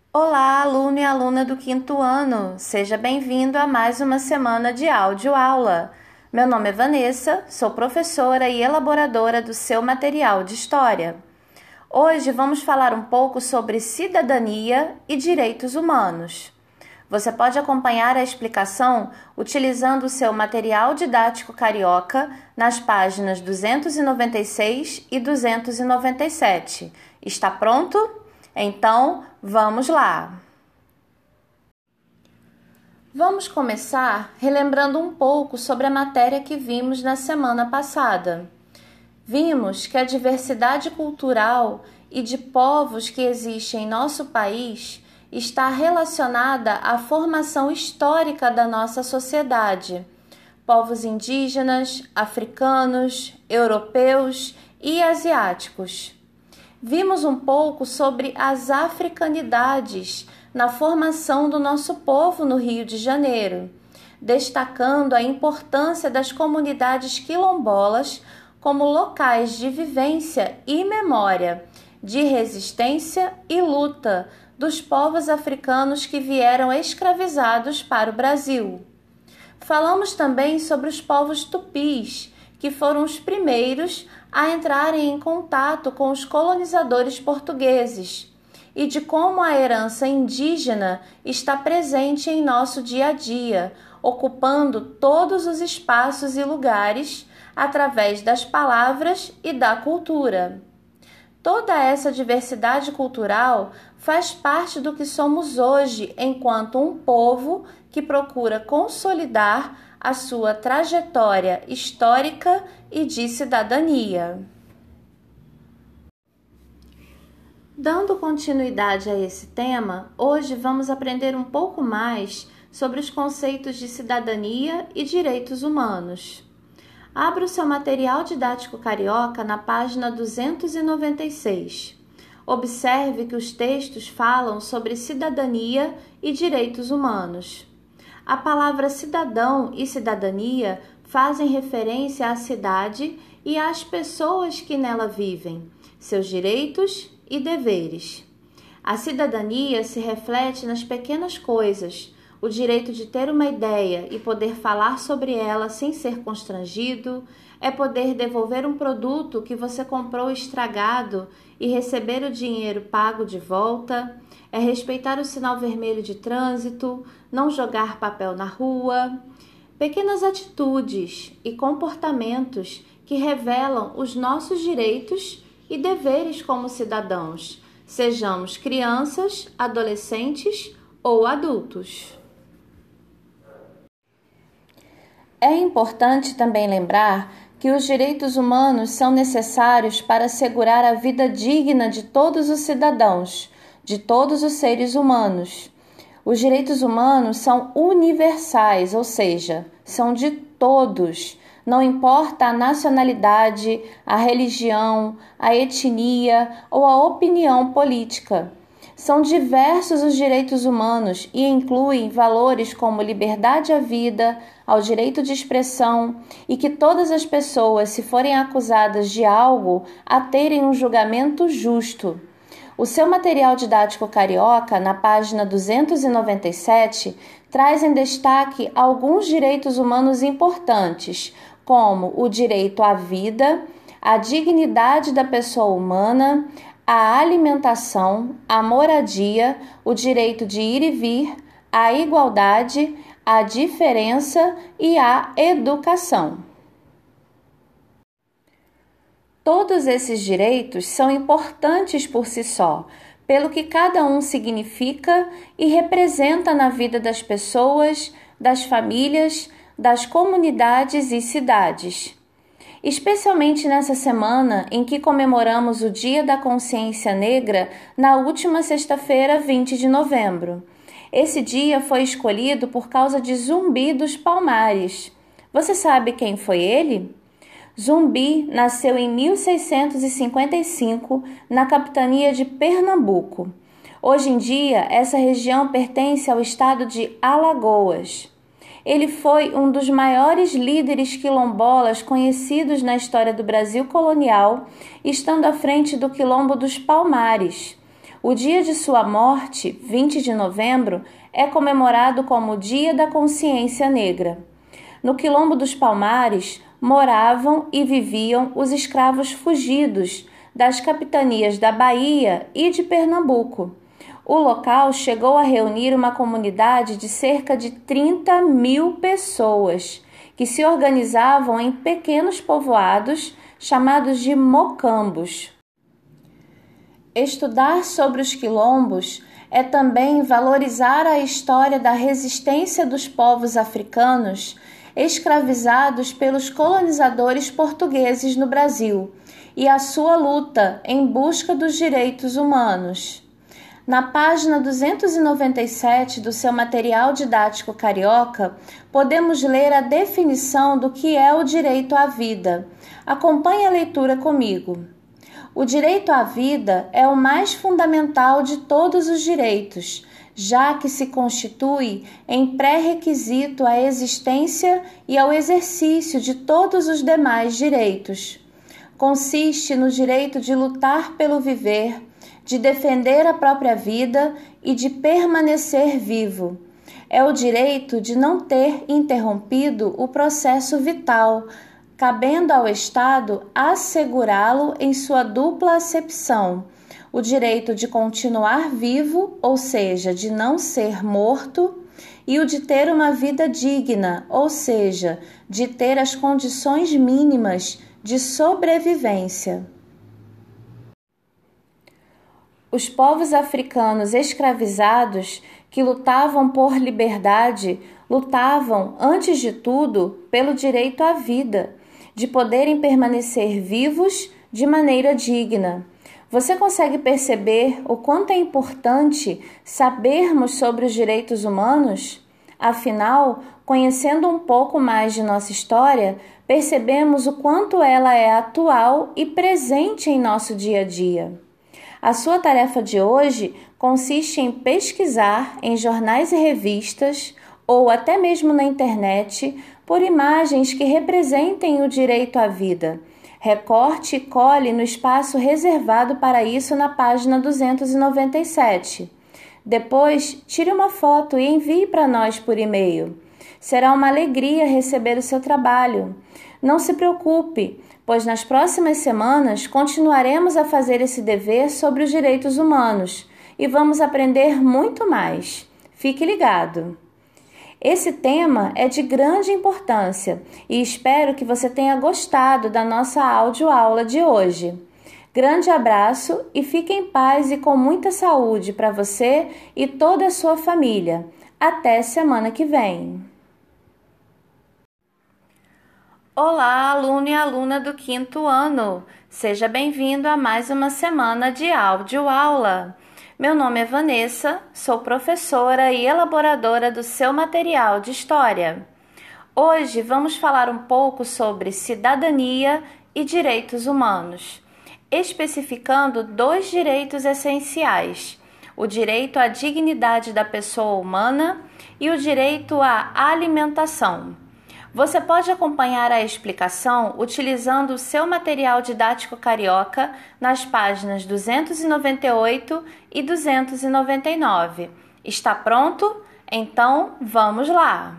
Olá, aluno e aluna do quinto ano! Seja bem-vindo a mais uma semana de áudio-aula. Meu nome é Vanessa, sou professora e elaboradora do seu material de História. Hoje vamos falar um pouco sobre cidadania e direitos humanos. Você pode acompanhar a explicação utilizando o seu material didático carioca nas páginas 296 e 297. Está pronto? Então, vamos lá! Vamos começar relembrando um pouco sobre a matéria que vimos na semana passada. Vimos que a diversidade cultural e de povos que existe em nosso país está relacionada à formação histórica da nossa sociedade. Povos indígenas, africanos, europeus e asiáticos. Vimos um pouco sobre as africanidades na formação do nosso povo no Rio de Janeiro, destacando a importância das comunidades quilombolas como locais de vivência e memória, de resistência e luta dos povos africanos que vieram escravizados para o Brasil. Falamos também sobre os povos tupis, que foram os primeiros a entrarem em contato com os colonizadores portugueses, e de como a herança indígena está presente em nosso dia a dia, ocupando todos os espaços e lugares através das palavras e da cultura. Toda essa diversidade cultural faz parte do que somos hoje enquanto um povo que procura consolidar a sua trajetória histórica e de cidadania. Dando continuidade a esse tema, hoje vamos aprender um pouco mais sobre os conceitos de cidadania e direitos humanos. Abra o seu material didático carioca na página 296. Observe que os textos falam sobre cidadania e direitos humanos. A palavra cidadão e cidadania fazem referência à cidade e às pessoas que nela vivem, seus direitos e deveres. A cidadania se reflete nas pequenas coisas, o direito de ter uma ideia e poder falar sobre ela sem ser constrangido, é poder devolver um produto que você comprou estragado e receber o dinheiro pago de volta, é respeitar o sinal vermelho de trânsito, não jogar papel na rua. Pequenas atitudes e comportamentos que revelam os nossos direitos e deveres como cidadãos, sejamos crianças, adolescentes ou adultos. É importante também lembrar que os direitos humanos são necessários para assegurar a vida digna de todos os cidadãos, de todos os seres humanos. Os direitos humanos são universais, ou seja, são de todos. Não importa a nacionalidade, a religião, a etnia ou a opinião política. São diversos os direitos humanos e incluem valores como liberdade à vida, ao direito de expressão e que todas as pessoas, se forem acusadas de algo, a terem um julgamento justo. O seu material didático carioca, na página 297, traz em destaque alguns direitos humanos importantes, como o direito à vida, a dignidade da pessoa humana, a alimentação, a moradia, o direito de ir e vir, a igualdade, a diferença e a educação. Todos esses direitos são importantes por si só, pelo que cada um significa e representa na vida das pessoas, das famílias, das comunidades e cidades. Especialmente nessa semana em que comemoramos o Dia da Consciência Negra na última sexta-feira, 20 de novembro. Esse dia foi escolhido por causa de Zumbi dos Palmares. Você sabe quem foi ele? Zumbi nasceu em 1655 na capitania de Pernambuco. Hoje em dia, essa região pertence ao estado de Alagoas. Ele foi um dos maiores líderes quilombolas conhecidos na história do Brasil colonial, estando à frente do Quilombo dos Palmares. O dia de sua morte, 20 de novembro, é comemorado como o Dia da Consciência Negra. No Quilombo dos Palmares, moravam e viviam os escravos fugidos das capitanias da Bahia e de Pernambuco. O local chegou a reunir uma comunidade de cerca de 30.000 pessoas, que se organizavam em pequenos povoados chamados de mocambos. Estudar sobre os quilombos é também valorizar a história da resistência dos povos africanos escravizados pelos colonizadores portugueses no Brasil e a sua luta em busca dos direitos humanos. Na página 297 do seu material didático carioca, podemos ler a definição do que é o direito à vida. Acompanhe a leitura comigo. O direito à vida é o mais fundamental de todos os direitos, já que se constitui em pré-requisito à existência e ao exercício de todos os demais direitos. Consiste no direito de lutar pelo viver, de defender a própria vida e de permanecer vivo. É o direito de não ter interrompido o processo vital, cabendo ao Estado assegurá-lo em sua dupla acepção: o direito de continuar vivo, ou seja, de não ser morto, e o de ter uma vida digna, ou seja, de ter as condições mínimas de sobrevivência. Os povos africanos escravizados que lutavam por liberdade lutavam, antes de tudo, pelo direito à vida, de poderem permanecer vivos de maneira digna. Você consegue perceber o quanto é importante sabermos sobre os direitos humanos? Afinal, conhecendo um pouco mais de nossa história, percebemos o quanto ela é atual e presente em nosso dia a dia. A sua tarefa de hoje consiste em pesquisar em jornais e revistas, ou até mesmo na internet, por imagens que representem o direito à vida. Recorte e cole no espaço reservado para isso na página 297. Depois, tire uma foto e envie para nós por e-mail. Será uma alegria receber o seu trabalho. Não se preocupe, pois nas próximas semanas continuaremos a fazer esse dever sobre os direitos humanos e vamos aprender muito mais. Fique ligado! Esse tema é de grande importância e espero que você tenha gostado da nossa audioaula de hoje. Grande abraço e fique em paz e com muita saúde para você e toda a sua família. Até semana que vem! Olá, aluno e aluna do 5º ano! Seja bem-vindo a mais uma semana de audioaula. Meu nome é Vanessa, sou professora e elaboradora do seu material de História. Hoje vamos falar um pouco sobre cidadania e direitos humanos, especificando 2 direitos essenciais: o direito à dignidade da pessoa humana e o direito à alimentação. Você pode acompanhar a explicação utilizando o seu material didático carioca nas páginas 298 e 299. Está pronto? Então, vamos lá!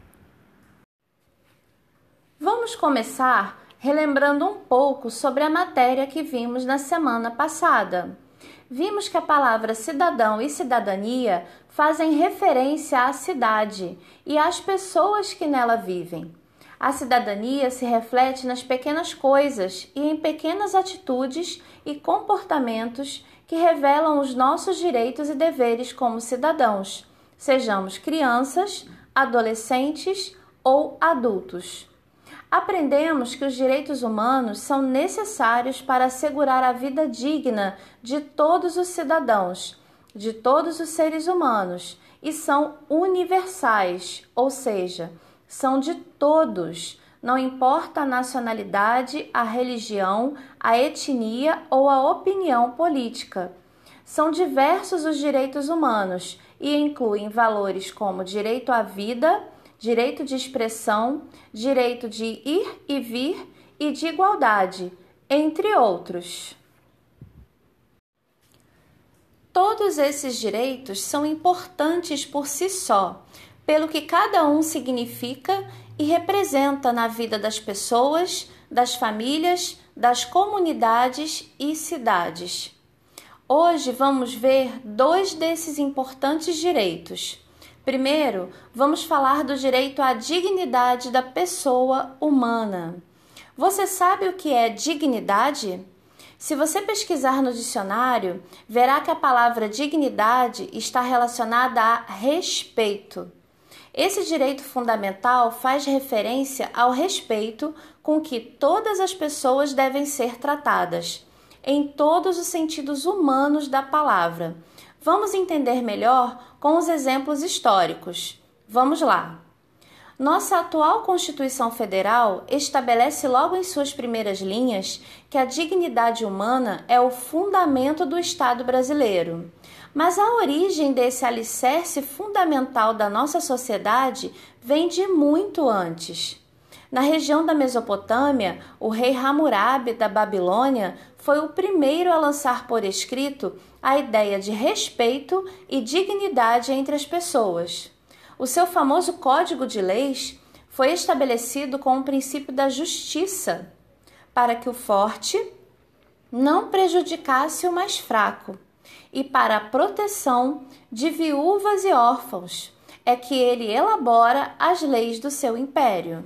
Vamos começar relembrando um pouco sobre a matéria que vimos na semana passada. Vimos que a palavra cidadão e cidadania fazem referência à cidade e às pessoas que nela vivem. A cidadania se reflete nas pequenas coisas e em pequenas atitudes e comportamentos que revelam os nossos direitos e deveres como cidadãos, sejamos crianças, adolescentes ou adultos. Aprendemos que os direitos humanos são necessários para assegurar a vida digna de todos os cidadãos, de todos os seres humanos, e são universais, ou seja, são de todos, não importa a nacionalidade, a religião, a etnia ou a opinião política. São diversos os direitos humanos e incluem valores como direito à vida, direito de expressão, direito de ir e vir e de igualdade, entre outros. Todos esses direitos são importantes por si só, pelo que cada um significa e representa na vida das pessoas, das famílias, das comunidades e cidades. Hoje vamos ver 2 desses importantes direitos. Primeiro, vamos falar do direito à dignidade da pessoa humana. Você sabe o que é dignidade? Se você pesquisar no dicionário, verá que a palavra dignidade está relacionada a respeito. Esse direito fundamental faz referência ao respeito com que todas as pessoas devem ser tratadas, em todos os sentidos humanos da palavra. Vamos entender melhor com os exemplos históricos. Vamos lá. Nossa atual Constituição Federal estabelece logo em suas primeiras linhas que a dignidade humana é o fundamento do Estado brasileiro. Mas a origem desse alicerce fundamental da nossa sociedade vem de muito antes. Na região da Mesopotâmia, o rei Hammurabi da Babilônia foi o primeiro a lançar por escrito a ideia de respeito e dignidade entre as pessoas. O seu famoso Código de Leis foi estabelecido com o princípio da justiça, para que o forte não prejudicasse o mais fraco, e para a proteção de viúvas e órfãos, é que ele elabora as leis do seu império.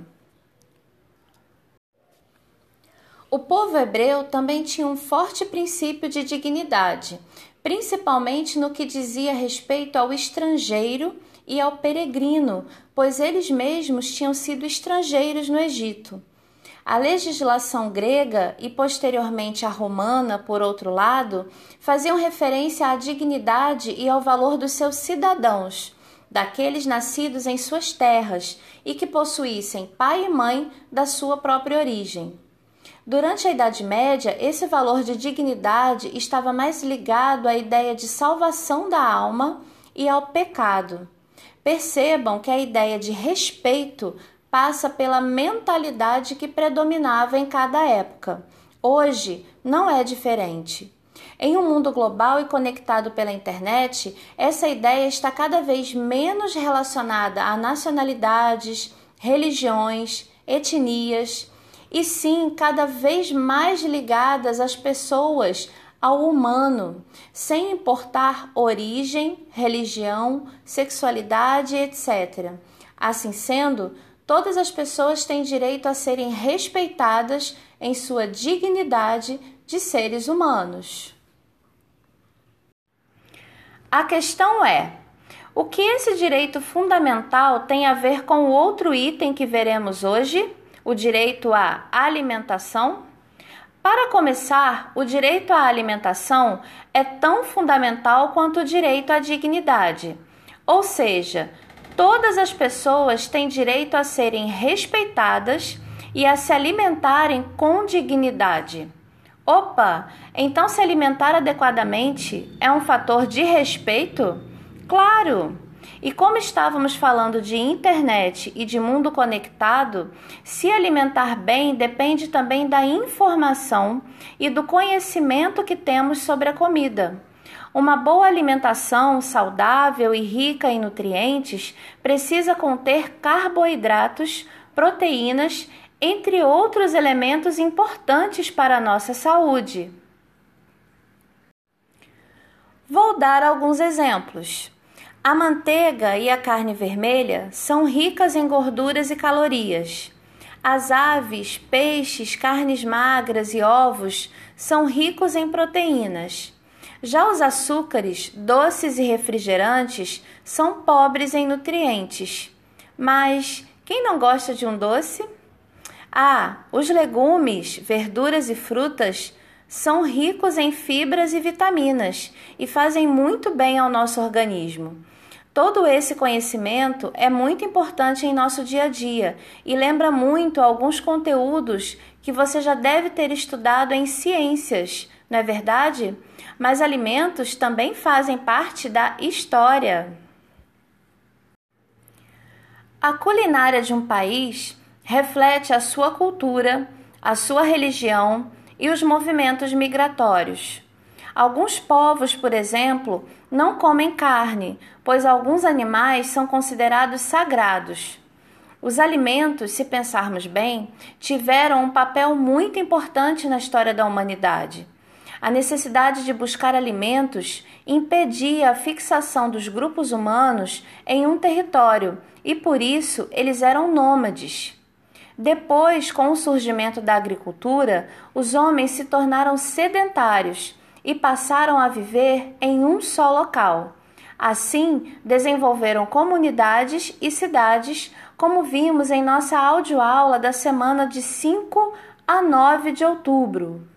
O povo hebreu também tinha um forte princípio de dignidade, principalmente no que dizia respeito ao estrangeiro e ao peregrino, pois eles mesmos tinham sido estrangeiros no Egito. A legislação grega e posteriormente a romana, por outro lado, faziam referência à dignidade e ao valor dos seus cidadãos, daqueles nascidos em suas terras e que possuíssem pai e mãe da sua própria origem. Durante a Idade Média, esse valor de dignidade estava mais ligado à ideia de salvação da alma e ao pecado. Percebam que a ideia de respeito passa pela mentalidade que predominava em cada época. Hoje não é diferente. Em um mundo global e conectado pela internet, essa ideia está cada vez menos relacionada a nacionalidades, religiões, etnias, e sim cada vez mais ligadas às pessoas, ao humano, sem importar origem, religião, sexualidade, etc. Assim sendo, todas as pessoas têm direito a serem respeitadas em sua dignidade de seres humanos. A questão é: o que esse direito fundamental tem a ver com o outro item que veremos hoje? O direito à alimentação? Para começar, o direito à alimentação é tão fundamental quanto o direito à dignidade. Ou seja, todas as pessoas têm direito a serem respeitadas e a se alimentarem com dignidade. Opa, então se alimentar adequadamente é um fator de respeito? Claro! E como estávamos falando de internet e de mundo conectado, se alimentar bem depende também da informação e do conhecimento que temos sobre a comida. Uma boa alimentação saudável e rica em nutrientes precisa conter carboidratos, proteínas, entre outros elementos importantes para a nossa saúde. Vou dar alguns exemplos. A manteiga e a carne vermelha são ricas em gorduras e calorias. As aves, peixes, carnes magras e ovos são ricos em proteínas. Já os açúcares, doces e refrigerantes são pobres em nutrientes. Mas quem não gosta de um doce? Os legumes, verduras e frutas são ricos em fibras e vitaminas e fazem muito bem ao nosso organismo. Todo esse conhecimento é muito importante em nosso dia a dia e lembra muito alguns conteúdos que você já deve ter estudado em ciências, não é verdade? Mas alimentos também fazem parte da história. A culinária de um país reflete a sua cultura, a sua religião e os movimentos migratórios. Alguns povos, por exemplo, não comem carne, pois alguns animais são considerados sagrados. Os alimentos, se pensarmos bem, tiveram um papel muito importante na história da humanidade. A necessidade de buscar alimentos impedia a fixação dos grupos humanos em um território e, por isso, eles eram nômades. Depois, com o surgimento da agricultura, os homens se tornaram sedentários e passaram a viver em um só local. Assim, desenvolveram comunidades e cidades, como vimos em nossa audioaula da semana de 5 a 9 de outubro.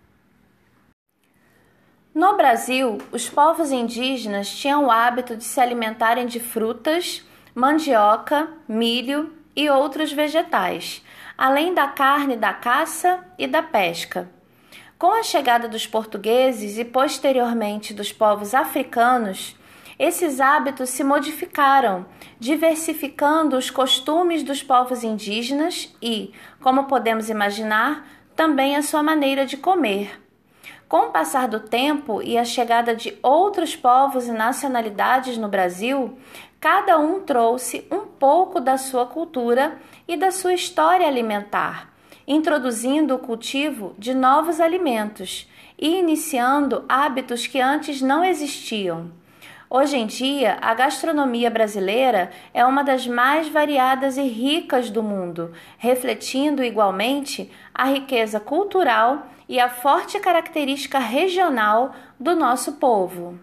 No Brasil, os povos indígenas tinham o hábito de se alimentarem de frutas, mandioca, milho e outros vegetais, além da carne da caça e da pesca. Com a chegada dos portugueses e posteriormente dos povos africanos, esses hábitos se modificaram, diversificando os costumes dos povos indígenas e, como podemos imaginar, também a sua maneira de comer. Com o passar do tempo e a chegada de outros povos e nacionalidades no Brasil, cada um trouxe um pouco da sua cultura e da sua história alimentar, introduzindo o cultivo de novos alimentos e iniciando hábitos que antes não existiam. Hoje em dia, a gastronomia brasileira é uma das mais variadas e ricas do mundo, refletindo igualmente a riqueza cultural e a forte característica regional do nosso povo.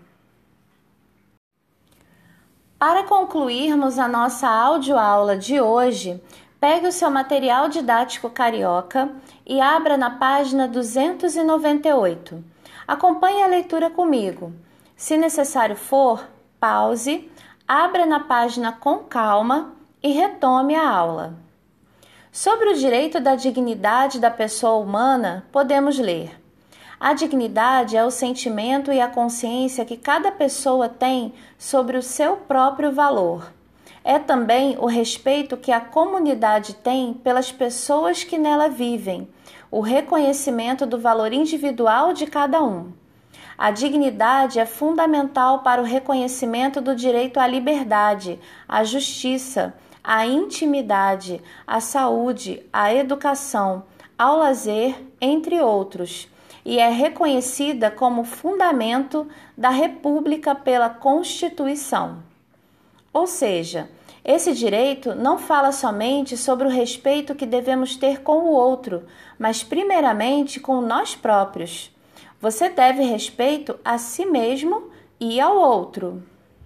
Para concluirmos a nossa audioaula de hoje, pegue o seu material didático carioca e abra na página 298. Acompanhe a leitura comigo. Se necessário for, pause, abra na página com calma e retome a aula. Sobre o direito da dignidade da pessoa humana, podemos ler: a dignidade é o sentimento e a consciência que cada pessoa tem sobre o seu próprio valor. É também o respeito que a comunidade tem pelas pessoas que nela vivem, o reconhecimento do valor individual de cada um. A dignidade é fundamental para o reconhecimento do direito à liberdade, à justiça, à intimidade, à saúde, à educação, ao lazer, entre outros, e é reconhecida como fundamento da República pela Constituição. Ou seja, esse direito não fala somente sobre o respeito que devemos ter com o outro, mas primeiramente com nós próprios. Você deve respeito a si mesmo e ao outro.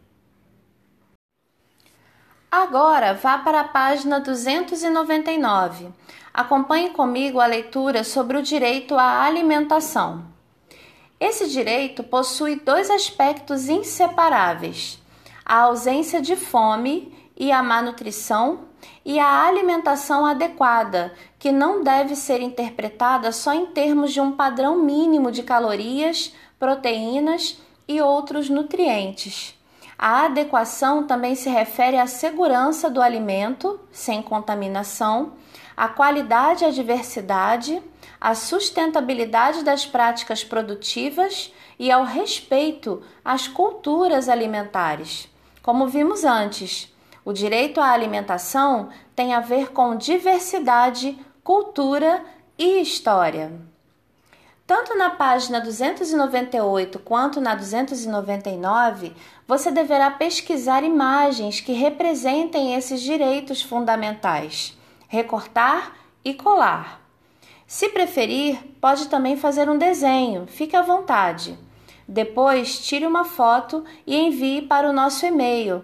Agora vá para a página 299. Acompanhe comigo a leitura sobre o direito à alimentação. Esse direito possui dois aspectos inseparáveis: a ausência de fome e a má nutrição, e a alimentação adequada, que não deve ser interpretada só em termos de um padrão mínimo de calorias, proteínas e outros nutrientes. A adequação também se refere à segurança do alimento, sem contaminação, à qualidade e à diversidade, à sustentabilidade das práticas produtivas e ao respeito às culturas alimentares. Como vimos antes, o direito à alimentação tem a ver com diversidade, cultura e história. Tanto na página 298 quanto na 299, você deverá pesquisar imagens que representem esses direitos fundamentais, recortar e colar. Se preferir, pode também fazer um desenho, fique à vontade. Depois, tire uma foto e envie para o nosso e-mail,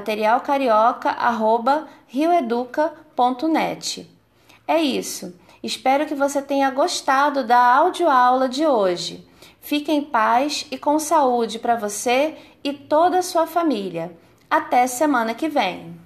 materialcarioca@rioeduca.net. É isso. Espero que você tenha gostado da audioaula de hoje. Fique em paz e com saúde para você e toda a sua família. Até semana que vem!